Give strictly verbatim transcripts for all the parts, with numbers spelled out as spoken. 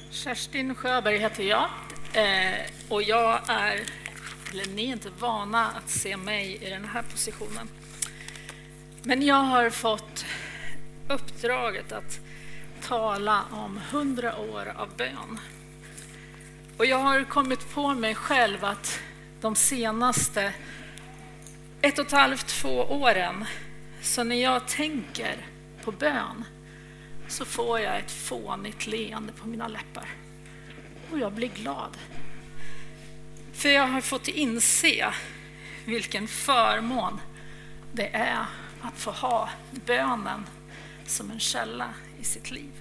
Kerstin Sjöberg heter jag eh, och jag är, eller ni är inte vana att se mig i den här positionen. Men jag har fått uppdraget att tala om hundra år av bön. Och jag har kommit på mig själv att de senaste ett och ett halvt, två åren, så när jag tänker på bön så får jag ett fånigt leende på mina läppar. Och jag blir glad. För jag har fått inse vilken förmån det är att få ha bönen som en källa i sitt liv.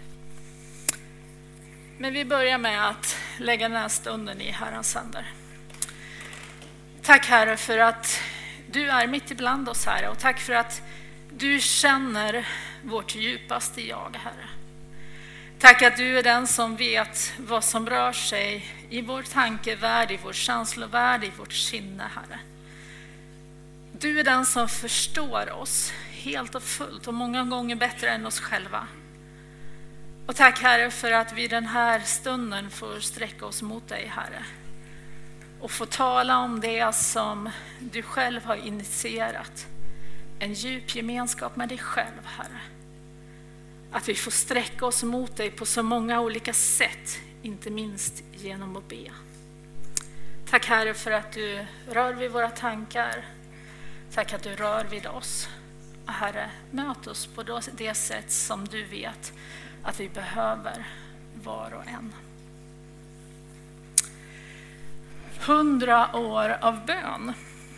Men vi börjar med att lägga den här stunden i Herrens händer. Tack Herre för att du är mitt ibland oss, Herre. Och tack för att du känner vårt djupaste jag, Herre. Tack att du är den som vet vad som rör sig i vår tankevärld, i vår känslovärld, i vårt sinne, Herre. Du är den som förstår oss helt och fullt och många gånger bättre än oss själva. Och tack Herre för att vi den här stunden får sträcka oss mot dig, Herre. Och få tala om det som du själv har initierat. En djup gemenskap med dig själv, Herre. Att vi får sträcka oss mot dig på så många olika sätt, inte minst genom att be. Tack Herre för att du rör vid våra tankar. Tack att du rör vid oss. Och Herre, möt oss på det sätt som du vet att vi behöver var och en. Hundra år av bön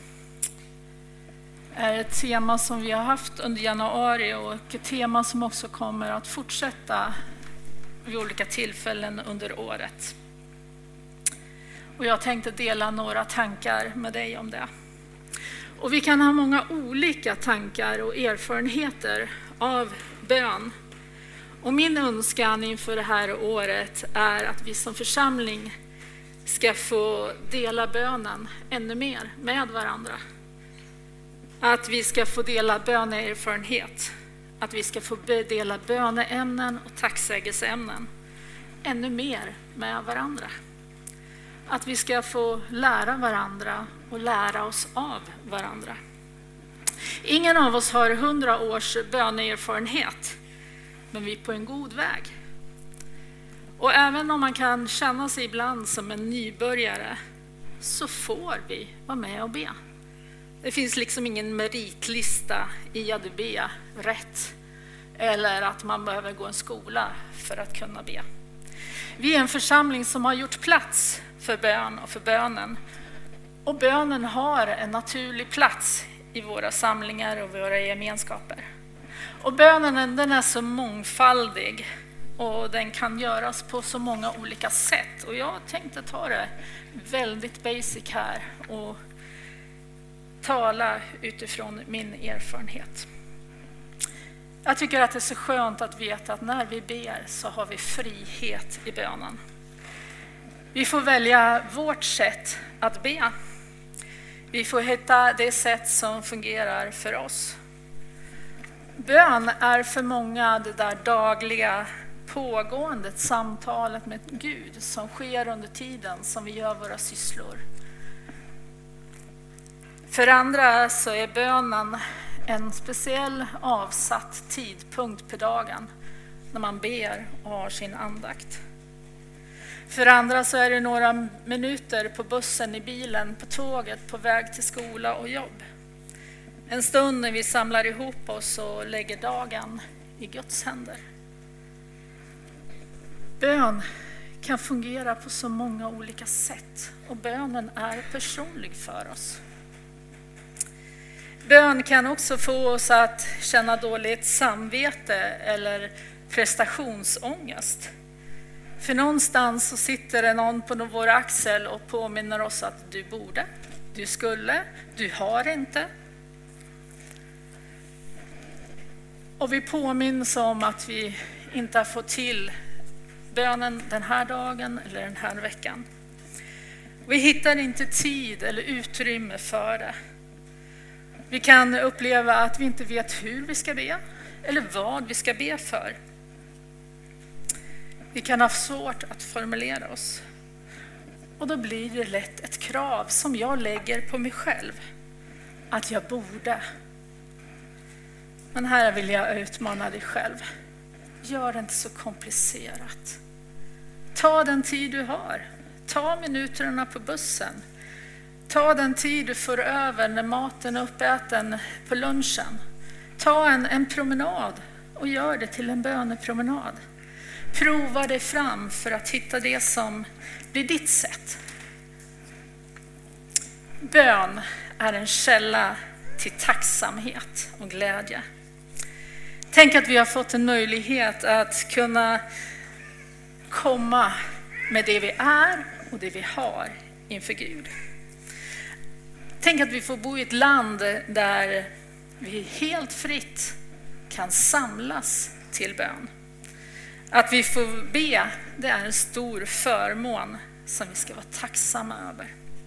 är ett tema som vi har haft under januari och ett tema som också kommer att fortsätta vid olika tillfällen under året. Och jag tänkte dela några tankar med dig om det. Och vi kan ha många olika tankar och erfarenheter av bön. Och min önskan inför det här året är att vi som församling ska få dela bönen ännu mer med varandra. Att vi ska få dela böneerfarenhet. Att vi ska få dela böneämnen och tacksägelseämnen ännu mer med varandra. Att vi ska få lära varandra och lära oss av varandra. Ingen av oss har hundra års böneerfarenhet, men vi är på en god väg. Och även om man kan känna sig ibland som en nybörjare så får vi vara med och be. Det finns liksom ingen meritlista i att be rätt eller att man behöver gå en skola för att kunna be. Vi är en församling som har gjort plats för bön och för bönen. Och bönen har en naturlig plats i våra samlingar och våra gemenskaper. Och bönen den är så mångfaldig och den kan göras på så många olika sätt. Och jag tänkte ta det väldigt basic här och tala utifrån min erfarenhet. Jag tycker att det är så skönt att veta att när vi ber så har vi frihet i bönen. Vi får välja vårt sätt att be. Vi får hitta det sätt som fungerar för oss. Bön är för många det där dagliga pågående samtalet med Gud som sker under tiden som vi gör våra sysslor. För andra så är bönen en speciell avsatt tidpunkt på dagen när man ber och har sin andakt. För andra så är det några minuter på bussen, i bilen, på tåget, på väg till skola och jobb. En stund när vi samlar ihop oss och lägger dagen i Guds händer. Bön kan fungera på så många olika sätt och bönen är personlig för oss. Bön kan också få oss att känna dåligt samvete eller prestationsångest. För någonstans så sitter det någon på vår axel och påminner oss att du borde, du skulle, du har inte. Och vi påminns om att vi inte har fått till bönen den här dagen eller den här veckan. Vi hittar inte tid eller utrymme för det. Vi kan uppleva att vi inte vet hur vi ska be eller vad vi ska be för. Vi kan ha svårt att formulera oss. Och då blir det lätt ett krav som jag lägger på mig själv. Att jag borde. Men här vill jag utmana dig själv. Gör det inte så komplicerat. Ta den tid du har. Ta minuterna på bussen. Ta den tid du får över när maten är uppäten på lunchen. Ta en, en promenad och gör det till en bönepromenad. Prova dig fram för att hitta det som blir ditt sätt. Bön är en källa till tacksamhet och glädje. Tänk att vi har fått en möjlighet att kunna komma med det vi är och det vi har inför Gud. Tänk att vi får bo i ett land där vi helt fritt kan samlas till bön. Att vi får be, det är en stor förmån som vi ska vara tacksamma över.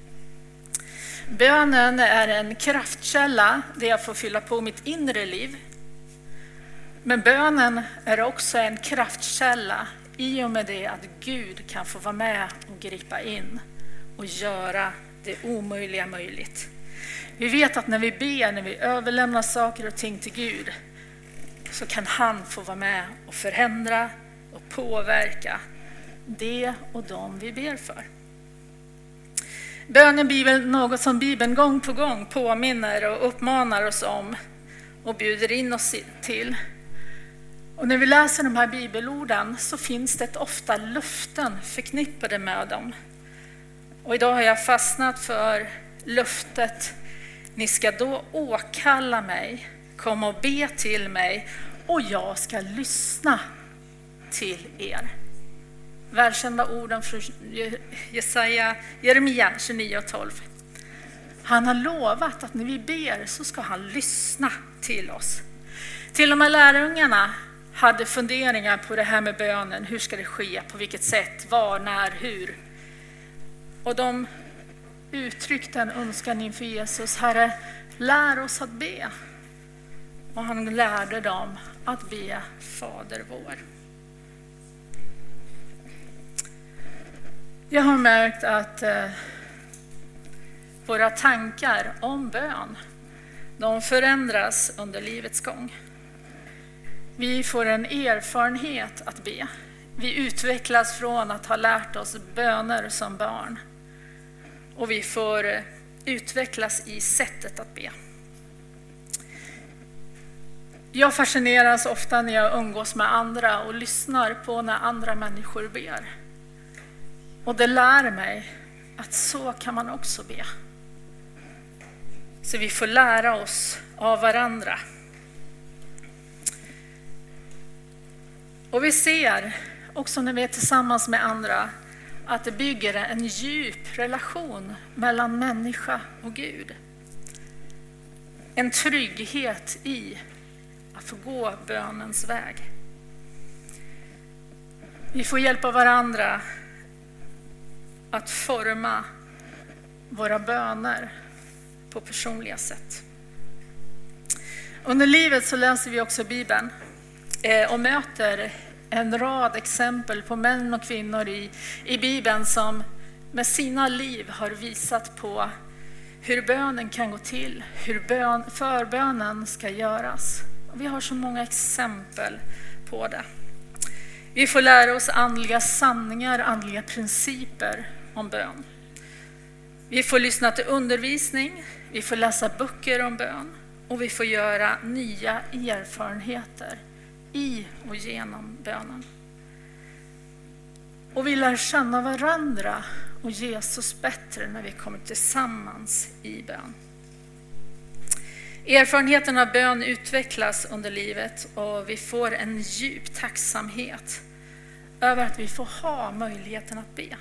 Bönen är en kraftkälla där jag får fylla på mitt inre liv. Men bönen är också en kraftkälla i och med det att Gud kan få vara med och gripa in och göra det omöjliga möjligt. Vi vet att när vi ber, när vi överlämnar saker och ting till Gud, så kan han få vara med och förändra och påverka det och de vi ber för. Bönen blir något som Bibeln gång på gång påminner och uppmanar oss om och bjuder in oss till. Och när vi läser de här bibelorden så finns det ofta löften förknippade med dem. Och idag har jag fastnat för löftet: ni ska då åkalla mig, komma och be till mig och jag ska lyssna till er. Välkända orden från Jesaja, Jeremia tjugonio och tolv. Han har lovat att när vi ber så ska han lyssna till oss. Till och med lärjungarna hade funderingar på det här med bönen. Hur ska det ske? På vilket sätt? Var? När? Hur? Och de uttryckte en önskan inför Jesus: Herre, lär oss att be. Och han lärde dem att be Fader vår. Jag har märkt att eh, våra tankar om bön, de förändras under livets gång. Vi får en erfarenhet att be. Vi utvecklas från att ha lärt oss böner som barn. Och vi får utvecklas i sättet att be. Jag fascineras ofta när jag umgås med andra och lyssnar på när andra människor ber. Och det lär mig att så kan man också be. Så vi får lära oss av varandra. Och vi ser också när vi är tillsammans med andra att det bygger en djup relation mellan människa och Gud. En trygghet i att få gå bönens väg. Vi får hjälpa varandra att forma våra böner på personliga sätt. Under livet så läser vi också Bibeln och möter en rad exempel på män och kvinnor i, i Bibeln som med sina liv har visat på hur bönen kan gå till, hur bön, förbönen ska göras. Och vi har så många exempel på det. Vi får lära oss andliga sanningar, andliga principer om bön. Vi får lyssna till undervisning, vi får läsa böcker om bön och vi får göra nya erfarenheter i och genom bönen. Och vi lär känna varandra och Jesus bättre när vi kommer tillsammans i bön. Erfarenheten av bön utvecklas under livet och vi får en djup tacksamhet över att vi får ha möjligheten att be.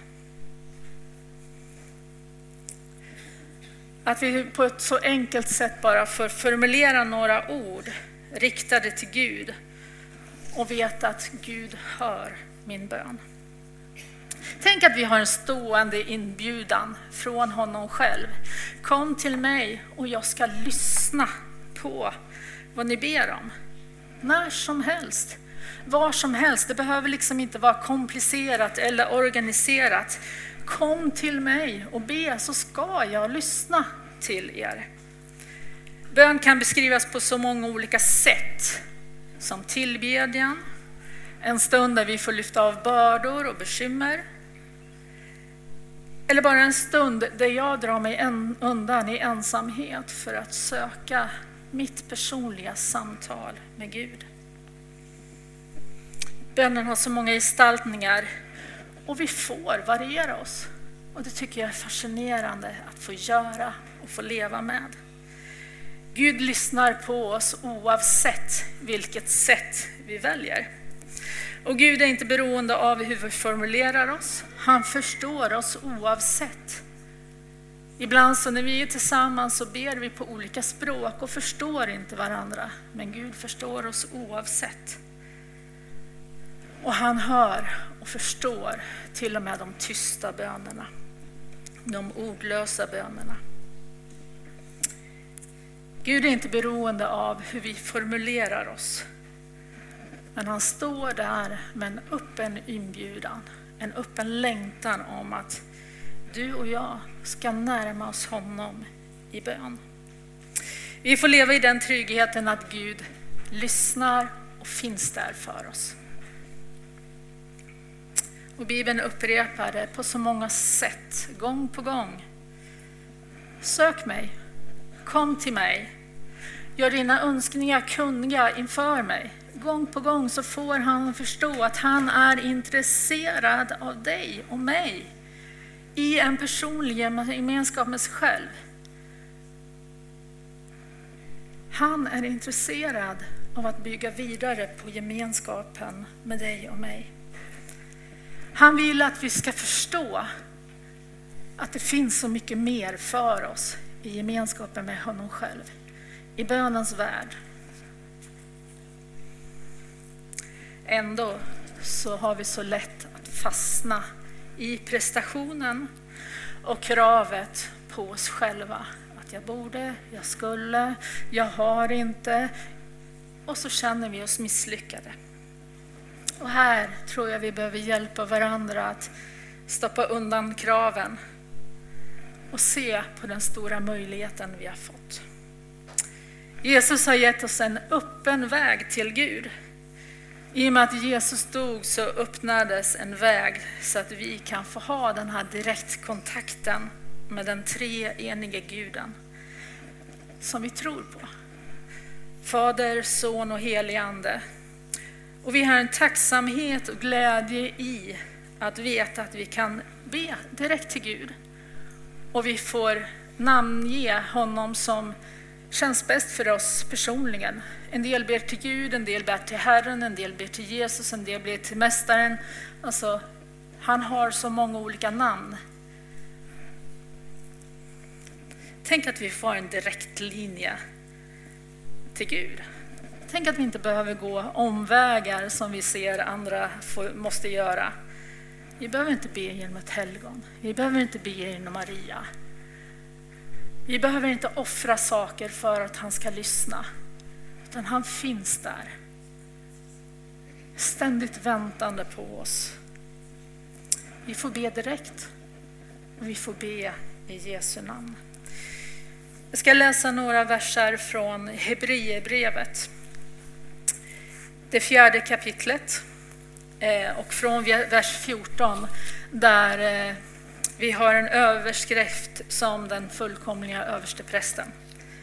Att vi på ett så enkelt sätt bara får formulera några ord riktade till Gud och veta att Gud hör min bön. Tänk att vi har en stående inbjudan från honom själv. Kom till mig och jag ska lyssna på vad ni ber om. När som helst. var som helst. Det behöver liksom inte vara komplicerat eller organiserat. Kom till mig och be, så ska jag lyssna till er. Bön kan beskrivas på så många olika sätt. Som tillbedjan, en stund där vi får lyfta av bördor och bekymmer. Eller bara en stund där jag drar mig undan i ensamhet för att söka mitt personliga samtal med Gud. Bönen har så många gestaltningar och vi får variera oss. Och det tycker jag är fascinerande att få göra och få leva med. Gud lyssnar på oss oavsett vilket sätt vi väljer. Och Gud är inte beroende av hur vi formulerar oss. Han förstår oss oavsett. Ibland så när vi är tillsammans så ber vi på olika språk och förstår inte varandra. Men Gud förstår oss oavsett. Och han hör och förstår till och med de tysta bönerna. De ordlösa bönerna. Gud är inte beroende av hur vi formulerar oss. Men han står där med en öppen inbjudan. En öppen längtan om att du och jag ska närma oss honom i bön. Vi får leva i den tryggheten att Gud lyssnar och finns där för oss. Och Bibeln upprepar det på så många sätt, gång på gång. Sök mig, kom till mig, gör dina önskningar kunniga inför mig. Gång på gång så får han förstå att han är intresserad av dig och mig i en personlig gemenskap med sig själv. Han är intresserad av att bygga vidare på gemenskapen med dig och mig. Han vill att vi ska förstå att det finns så mycket mer för oss i gemenskapen med honom själv, i bönens värld. Ändå så har vi så lätt att fastna i prestationen och kravet på oss själva. Att jag borde, jag skulle, jag har inte. Och så känner vi oss misslyckade. Och här tror jag vi behöver hjälpa varandra att stoppa undan kraven och se på den stora möjligheten vi har fått. Jesus har gett oss en öppen väg till Gud. I och med att Jesus dog så öppnades en väg så att vi kan få ha den här direktkontakten med den treeniga Guden som vi tror på. Fader, Son och helig ande. Och vi har en tacksamhet och glädje i att veta att vi kan be direkt till Gud. Och vi får namnge honom som känns bäst för oss personligen. En del ber till Gud, en del ber till Herren, en del ber till Jesus, en del ber till Mästaren. Alltså, han har så många olika namn. Tänk att vi får en direkt linje till Gud. Tänk att vi inte behöver gå omvägar som vi ser andra får, måste göra. Vi behöver inte be genom ett helgon. Vi behöver inte be genom Maria. Vi behöver inte offra saker för att han ska lyssna. Utan han finns där. Ständigt väntande på oss. Vi får be direkt. Och vi får be i Jesu namn. Jag ska läsa några verser från Hebreerbrevet. Det fjärde kapitlet. Och från vers fjorton. Där vi har en överskrift som den fullkomliga översteprästen.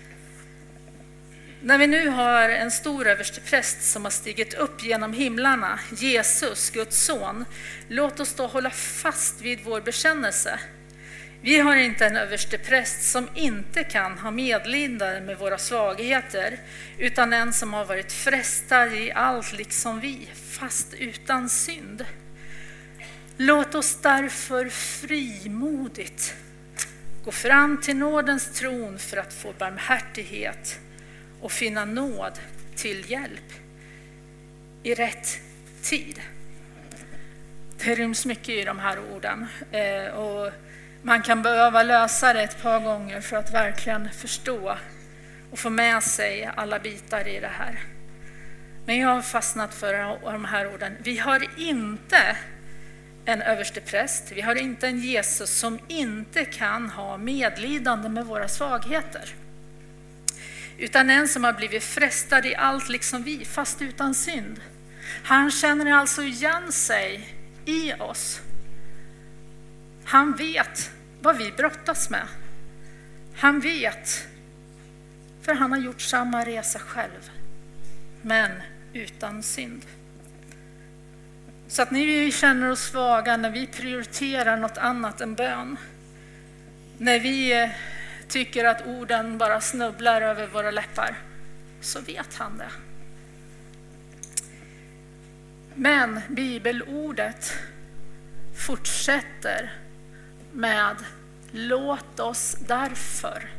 När vi nu har en stor överstepräst som har stigit upp genom himlarna, Jesus, Guds son, låt oss då hålla fast vid vår bekännelse. Vi har inte en överstepräst som inte kan ha medlidande med våra svagheter, utan en som har varit frestad i allt liksom vi, fast utan synd. Låt oss därför frimodigt gå fram till nådens tron för att få barmhärtighet och finna nåd till hjälp i rätt tid. Det ryms mycket i de här orden och man kan behöva lösa det ett par gånger för att verkligen förstå och få med sig alla bitar i det här. Men jag har fastnat för de här orden. Vi har inte en överstepräst, vi har inte en Jesus som inte kan ha medlidande med våra svagheter. Utan en som har blivit frestad i allt liksom vi, fast utan synd. Han känner alltså igen sig i oss. Han vet vad vi brottas med. Han vet, för han har gjort samma resa själv, men utan synd. Så att när vi känner oss svaga, när vi prioriterar något annat än bön, när vi tycker att orden bara snubblar över våra läppar, så vet han det. Men bibelordet fortsätter med låt oss därför.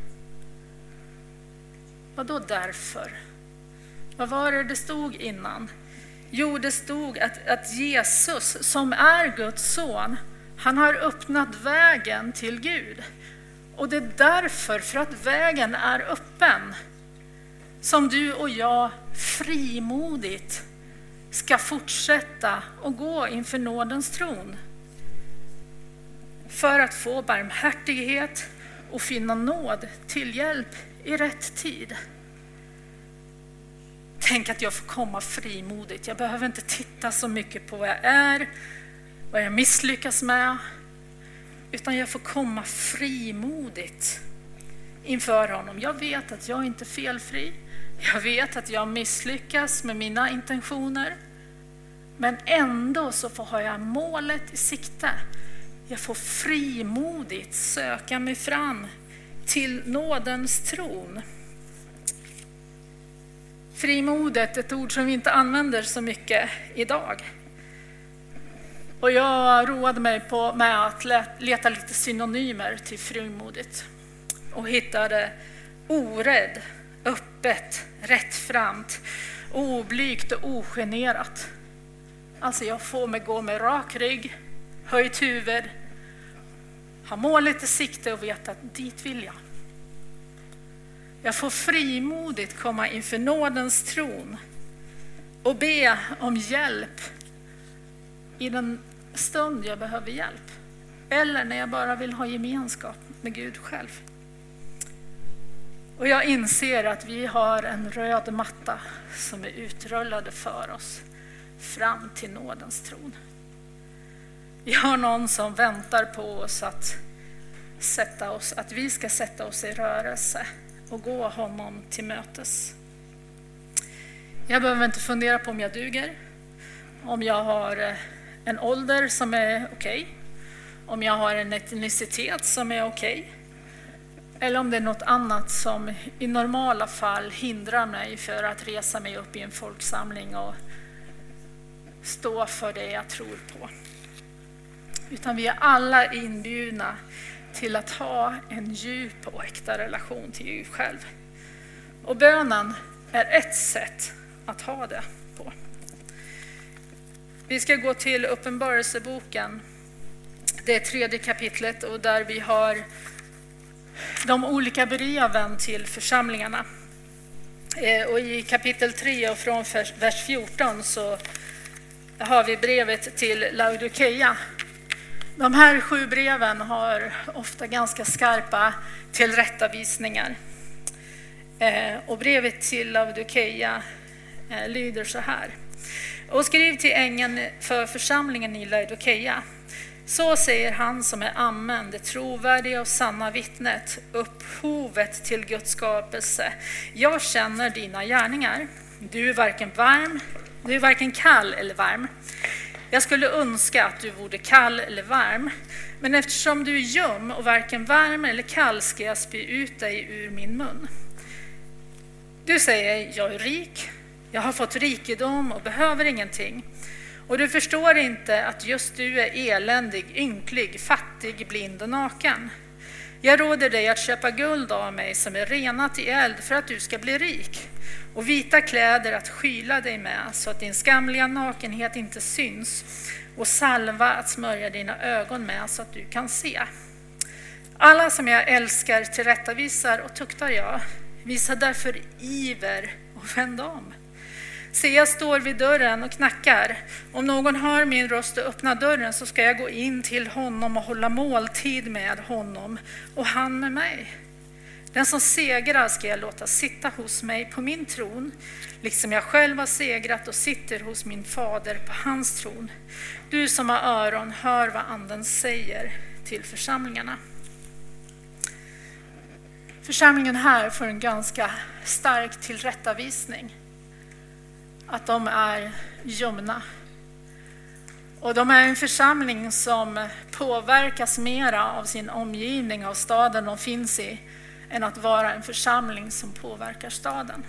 Vad då därför? Vad var det det stod innan? Jo, det stod att, att Jesus som är Guds son, han har öppnat vägen till Gud. Och det är därför, för att vägen är öppen, som du och jag frimodigt ska fortsätta och gå inför nådens tron. För att få barmhärtighet och finna nåd till hjälp i rätt tid. Tänk att jag får komma frimodigt. Jag behöver inte titta så mycket på vad jag är, vad jag misslyckas med. Utan jag får komma frimodigt inför honom. Jag vet att jag inte är felfri. Jag vet att jag misslyckas med mina intentioner. Men ändå så får har jag målet i sikte. Jag får frimodigt söka mig fram till nådens tron. Frimodet är ett ord som vi inte använder så mycket idag. Och jag roade mig på med att leta lite synonymer till frimodigt. Och hittade orädd, öppet, rättframt, oblygt och ogenerat. Alltså jag får mig gå med rak rygg, höjt huvud, ha målet i sikte och veta att dit vill jag. Jag får frimodigt komma inför nådens tron och be om hjälp i den stund jag behöver hjälp. Eller när jag bara vill ha gemenskap med Gud själv. Och jag inser att vi har en röd matta som är utrullade för oss fram till nådens tron. Vi har någon som väntar på oss att sätta oss, att vi ska sätta oss i rörelse och gå honom till mötes. Jag behöver inte fundera på om jag duger, om jag har en ålder som är okej, om jag har en etnicitet som är okej, eller om det är något annat som i normala fall hindrar mig för att resa mig upp i en folksamling och stå för det jag tror på. Utan vi är alla inbjudna till att ha en djup och äkta relation till Gud själv. Och bönen är ett sätt att ha det på. Vi ska gå till Uppenbarelseboken. Det är tredje kapitlet och där vi har de olika breven till församlingarna. Och i kapitel tre och från vers fjorton så har vi brevet till Laodikeia. De här sju breven har ofta ganska skarpa tillrättavisningar. Och brevet till Laodikeia lyder så här. Och skriv till ängeln för församlingen i Laodikeia. Så säger han som är amen, det trovärdiga och sanna vittnet, upphovet till Guds skapelse. Jag känner dina gärningar. Du är varken varm, du är varken kall eller varm. Jag skulle önska att du vore kall eller varm, men eftersom du är ljum och varken varm eller kall ska jag spy ut dig ur min mun. Du säger, jag är rik, jag har fått rikedom och behöver ingenting. Och du förstår inte att just du är eländig, ynklig, fattig, blind och naken. Jag råder dig att köpa guld av mig som är renat i eld för att du ska bli rik. Och vita kläder att skyla dig med så att din skamliga nakenhet inte syns. Och salva att smörja dina ögon med så att du kan se. Alla som jag älskar tillrättavisar och tuktar jag. Visa därför iver och vänd om. Se, jag står vid dörren och knackar. Om någon hör min röst och öppnar dörren så ska jag gå in till honom och hålla måltid med honom och han med mig. Den som segrar ska jag låta sitta hos mig på min tron, liksom jag själv har segrat och sitter hos min fader på hans tron. Du som har öron, hör vad anden säger till församlingarna. Församlingen här får en ganska stark tillrättavisning. Att de är ljumna. Och de är en församling som påverkas mera av sin omgivning, av staden de finns i, än att vara en församling som påverkar staden.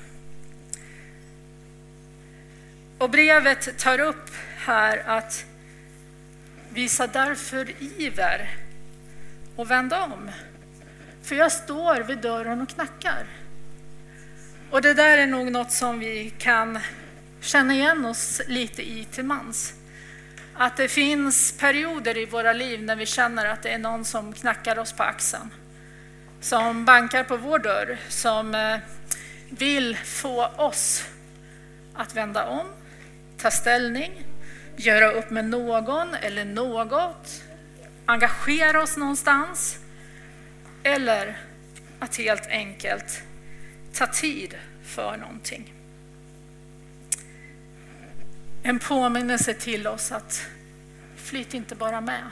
Och brevet tar upp här att visa därför iver och vända om. För jag står vid dörren och knackar. Och det där är nog något som vi kan känna igen oss lite i till mans. Att det finns perioder i våra liv när vi känner att det är någon som knackar oss på axeln. Som bankar på vår dörr, som vill få oss att vända om, ta ställning, göra upp med någon eller något, engagera oss någonstans eller att helt enkelt ta tid för någonting. En påminnelse till oss att flyt inte bara med.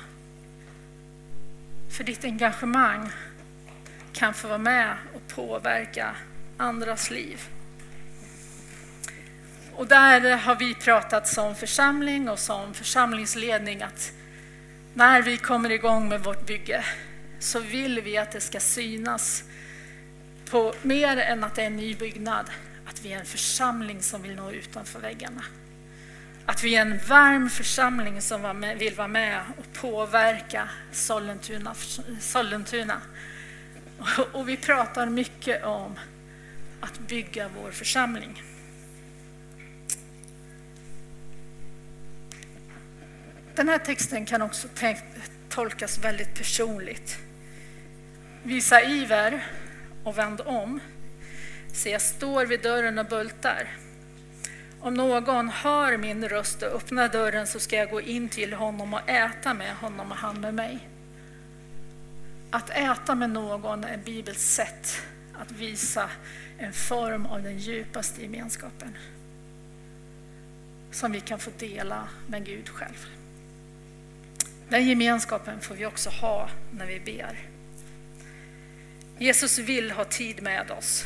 För ditt engagemang kan få vara med och påverka andras liv. Och där har vi pratat som församling och som församlingsledning att när vi kommer igång med vårt bygge så vill vi att det ska synas på mer än att det är en ny byggnad. Att vi är en församling som vill nå utanför väggarna. Att vi är en varm församling som vill vara med och påverka Sollentuna. Sollentuna. Och vi pratar mycket om att bygga vår församling. Den här texten kan också tolkas väldigt personligt. Visa iver och vänd om. Se, jag står vid dörren och bultar. Om någon hör min röst och öppnar dörren så ska jag gå in till honom och äta med honom och han med mig. Att äta med någon är Bibelns sätt att visa en form av den djupaste gemenskapen som vi kan få dela med Gud själv. Den gemenskapen får vi också ha när vi ber. Jesus vill ha tid med oss.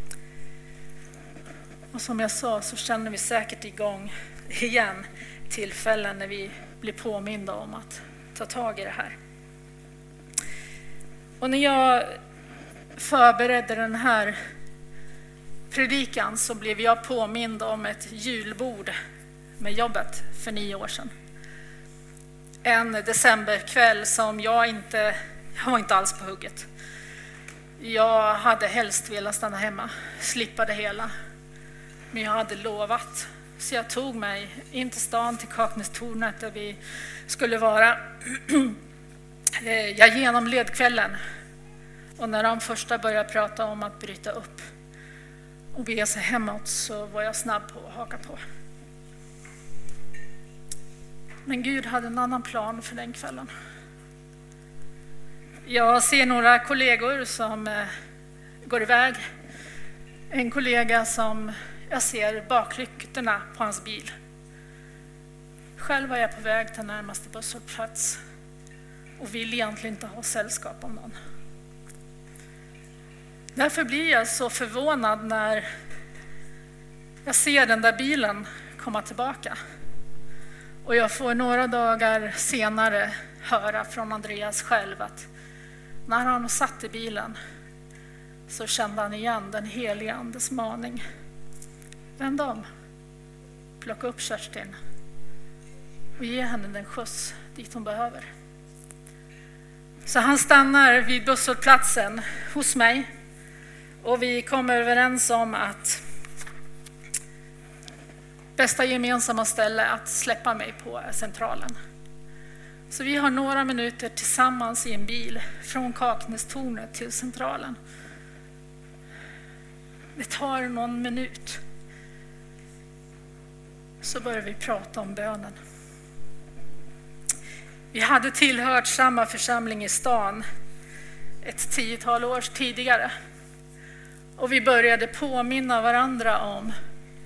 Och som jag sa så känner vi säkert igång igen tillfällen när vi blir påminda om att ta tag i det här. Och när jag förberedde den här predikan så blev jag påmind om ett julbord med jobbet för nio år sedan. En decemberkväll som jag inte, jag var inte alls på hugget. Jag hade helst velat stanna hemma, slippa det hela. Men jag hade lovat. Så jag tog mig in till stan till Kaknästornet där vi skulle vara. Jag genomled kvällen. Och när de första började prata om att bryta upp och bege sig hemåt så var jag snabb på att haka på. Men Gud hade en annan plan för den kvällen. Jag ser några kollegor som eh, går iväg. En kollega som jag ser baklyktorna på hans bil. Själv var jag på väg till närmaste busshållplats och vill egentligen inte ha sällskap av någon. Därför blir jag så förvånad när jag ser den där bilen komma tillbaka. Och jag får några dagar senare höra från Andreas själv att när han satt i bilen så kände han igen den heliga andes maning. Vänd om, plocka upp Kerstin och ge henne den skjuts dit hon behöver. Så han stannar vid busshållplatsen hos mig och vi kommer överens om att bästa gemensamma ställe att släppa mig på är Centralen. Så vi har några minuter tillsammans i en bil från Kaknästornet till Centralen. Det tar någon minut. så började vi prata om bönen. Vi hade tillhört samma församling i stan ett tiotal år tidigare. Och vi började påminna varandra om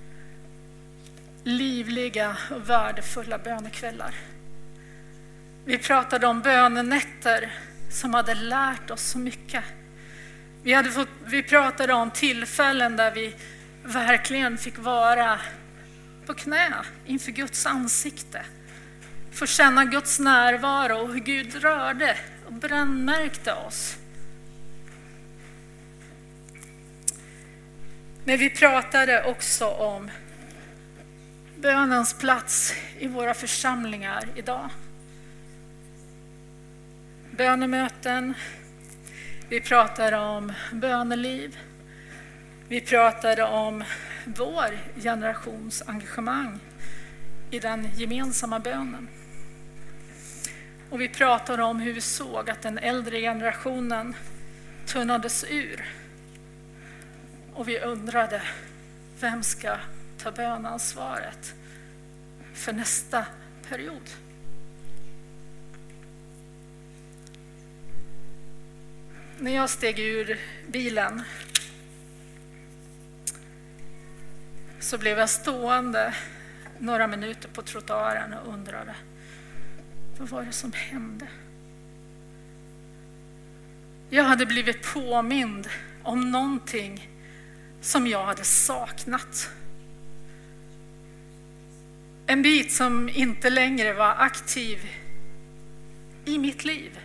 livliga och värdefulla bönekvällar. Vi pratade om bönenätter som hade lärt oss så mycket. Vi, hade fått, vi pratade om tillfällen där vi verkligen fick vara på knä inför Guds ansikte. Få känna Guds närvaro och hur Gud rörde och brännmärkte oss. Men vi pratade också om bönens plats i våra församlingar idag. Bönemöten, vi pratade om böneliv, vi pratade om vår generations engagemang i den gemensamma bönen. Och vi pratade om hur vi såg att den äldre generationen tunnades ur. Och vi undrade, vem ska ta bönansvaret för nästa period? När jag steg ur bilen så blev jag stående några minuter på trottoaren och undrade, vad var det som hände? Jag hade blivit påmind om någonting som jag hade saknat. En bit som inte längre var aktiv i mitt liv.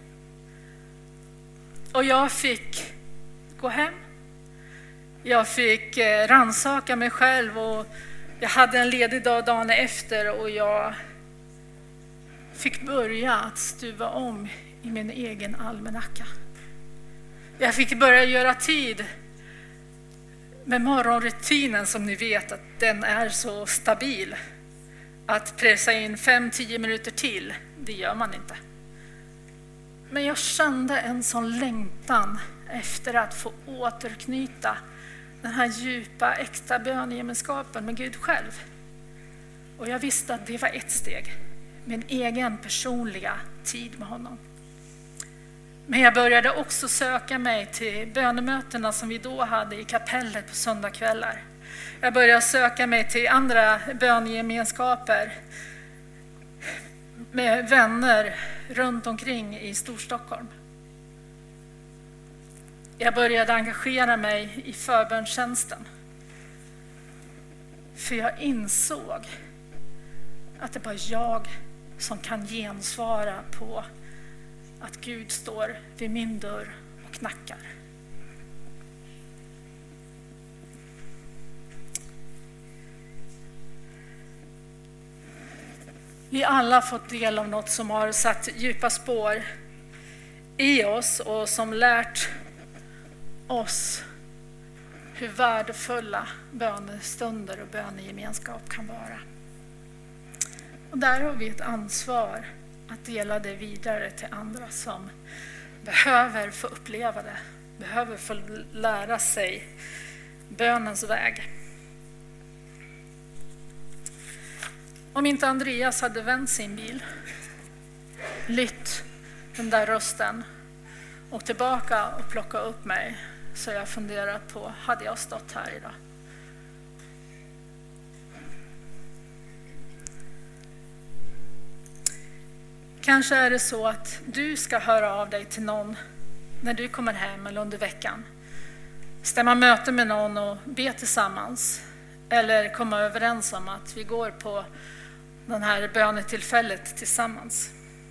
Och jag fick gå hem. Jag fick rannsaka mig själv och jag hade en ledig dag dagen efter och jag fick börja att stuva om i min egen almanacka. Jag fick börja göra tid med morgonrutinen, som ni vet att den är så stabil. Att pressa in fem till tio minuter till, det gör man inte. Men jag kände en sån längtan efter att få återknyta den här djupa äkta bönegemenskapen med Gud själv. Och jag visste att det var ett steg, min egen personliga tid med honom. Men jag började också söka mig till bönemötena som vi då hade i kapellet på söndagskvällar. Jag började söka mig till andra bönegemenskaper med vänner runt omkring i Storstockholm. Jag började engagera mig i förbönstjänsten. För jag insåg att det var jag som kan gensvara på att Gud står vid min dörr och knackar. Vi alla har fått del av något som har satt djupa spår i oss och som lärt oss hur värdefulla bönestunder och bönegemenskap kan vara. Och där har vi ett ansvar att dela det vidare till andra som behöver få uppleva det, behöver få lära sig bönens väg. Om inte Andreas hade vänt sin bil, lytt den där rösten och tillbaka och plocka upp mig, så jag funderat på, hade jag stått här idag? Kanske är det så att du ska höra av dig till någon när du kommer hem eller under veckan. Stämma möte med någon och be tillsammans. Eller komma överens om att vi går på den här bönetillfället tillsammans.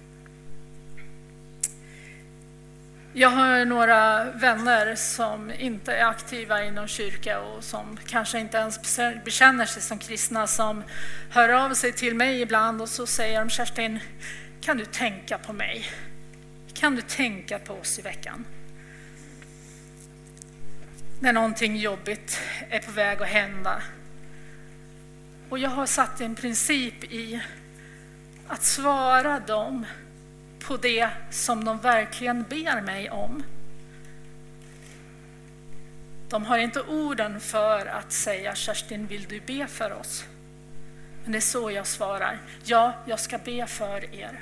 Jag har några vänner som inte är aktiva inom kyrka och som kanske inte ens bekänner sig som kristna, som hör av sig till mig ibland och så säger de, Kerstin, kan du tänka på mig? Kan du tänka på oss i veckan? När någonting jobbigt är på väg att hända. Och jag har satt en princip i att svara dem på det som de verkligen ber mig om. De har inte orden för att säga, Kerstin, vill du be för oss? Men det är så jag svarar. Ja, jag ska be för er.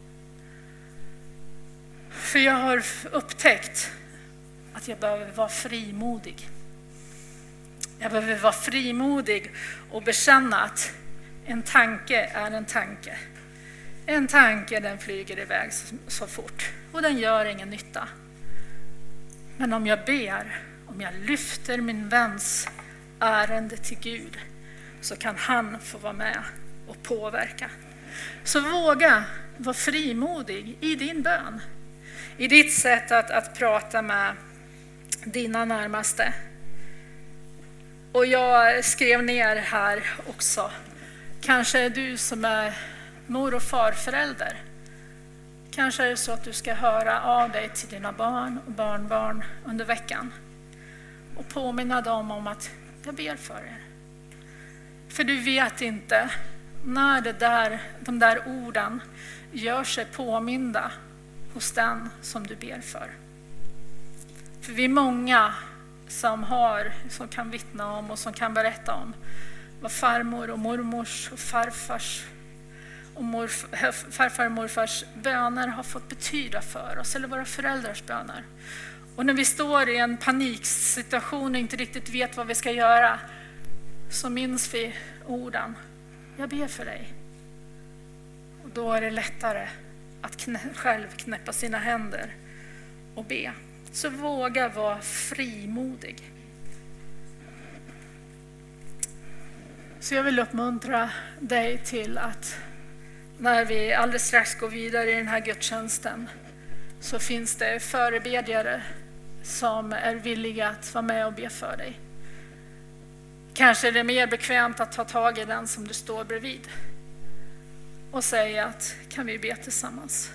För jag har upptäckt att jag behöver vara frimodig. Jag behöver vara frimodig och bekänna att en tanke är en tanke. En tanke, den flyger iväg så, så fort och den gör ingen nytta. Men om jag ber, om jag lyfter min väns ärende till Gud, så kan han få vara med och påverka. Så våga vara frimodig i din bön. I ditt sätt att, att prata med dina närmaste. Och jag skrev ner här också. Kanske är du som är mor- och farförälder. Kanske är det så att du ska höra av dig till dina barn och barnbarn under veckan. Och påminna dem om att jag ber för er. För du vet inte när det där, de där orden gör sig påminda hos den som du ber för. För vi är många som har, som kan vittna om och som kan berätta om vad farmor och mormors och farfars och morf, farfar och morfars böner har fått betyda för oss, eller våra föräldrars böner. Och när vi står i en paniksituation och inte riktigt vet vad vi ska göra, så minns vi orden. Jag ber för dig. Och då är det lättare att knä, själv knäppa sina händer och be. Så våga vara frimodig. Så jag vill uppmuntra dig till att när vi alldeles strax går vidare i den här gudstjänsten, så finns det förebedjare som är villiga att vara med och be för dig. Kanske är det mer bekvämt att ta tag i den som du står bredvid och säga att kan vi be tillsammans?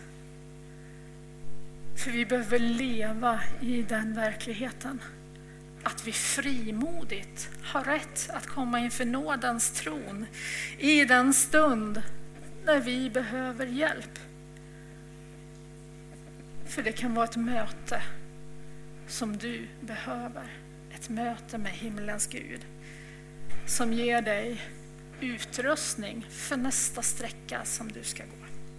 För vi behöver leva i den verkligheten. Att vi frimodigt har rätt att komma inför nådens tron i den stund när vi behöver hjälp. För det kan vara ett möte som du behöver. Ett möte med himmelens Gud som ger dig utrustning för nästa sträcka som du ska gå.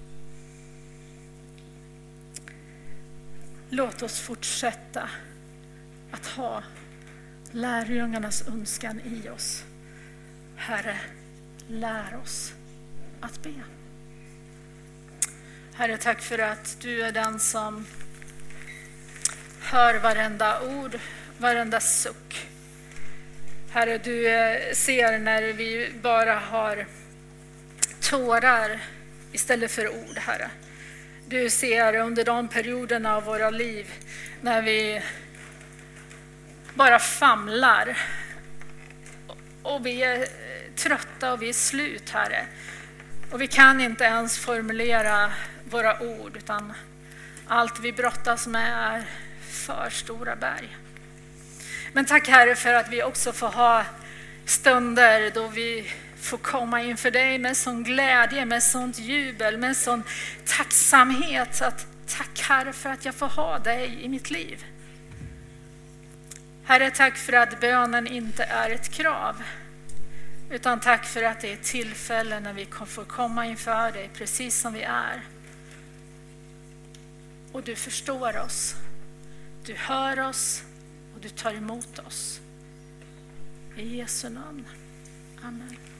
Låt oss fortsätta att ha lärjungarnas önskan i oss. Herre, lär oss att be. Herre, tack för att du är den som hör varenda ord, varenda suck. Herre, du ser när vi bara har tårar istället för ord, Herre. Du ser under de perioderna av våra liv när vi bara famlar och vi är trötta och vi är slut, Herre. Och vi kan inte ens formulera våra ord, utan allt vi brottas med är för stora berg. Men tack, Herre, för att vi också får ha stunder då vi får komma inför dig med sån glädje, med sånt jubel, med sån tacksamhet. Att, tack, Herre, för att jag får ha dig i mitt liv. Herre, tack för att bönen inte är ett krav, utan tack för att det är tillfällen när vi får komma inför dig precis som vi är. Och du förstår oss, du hör oss och du tar emot oss. I Jesu namn. Amen.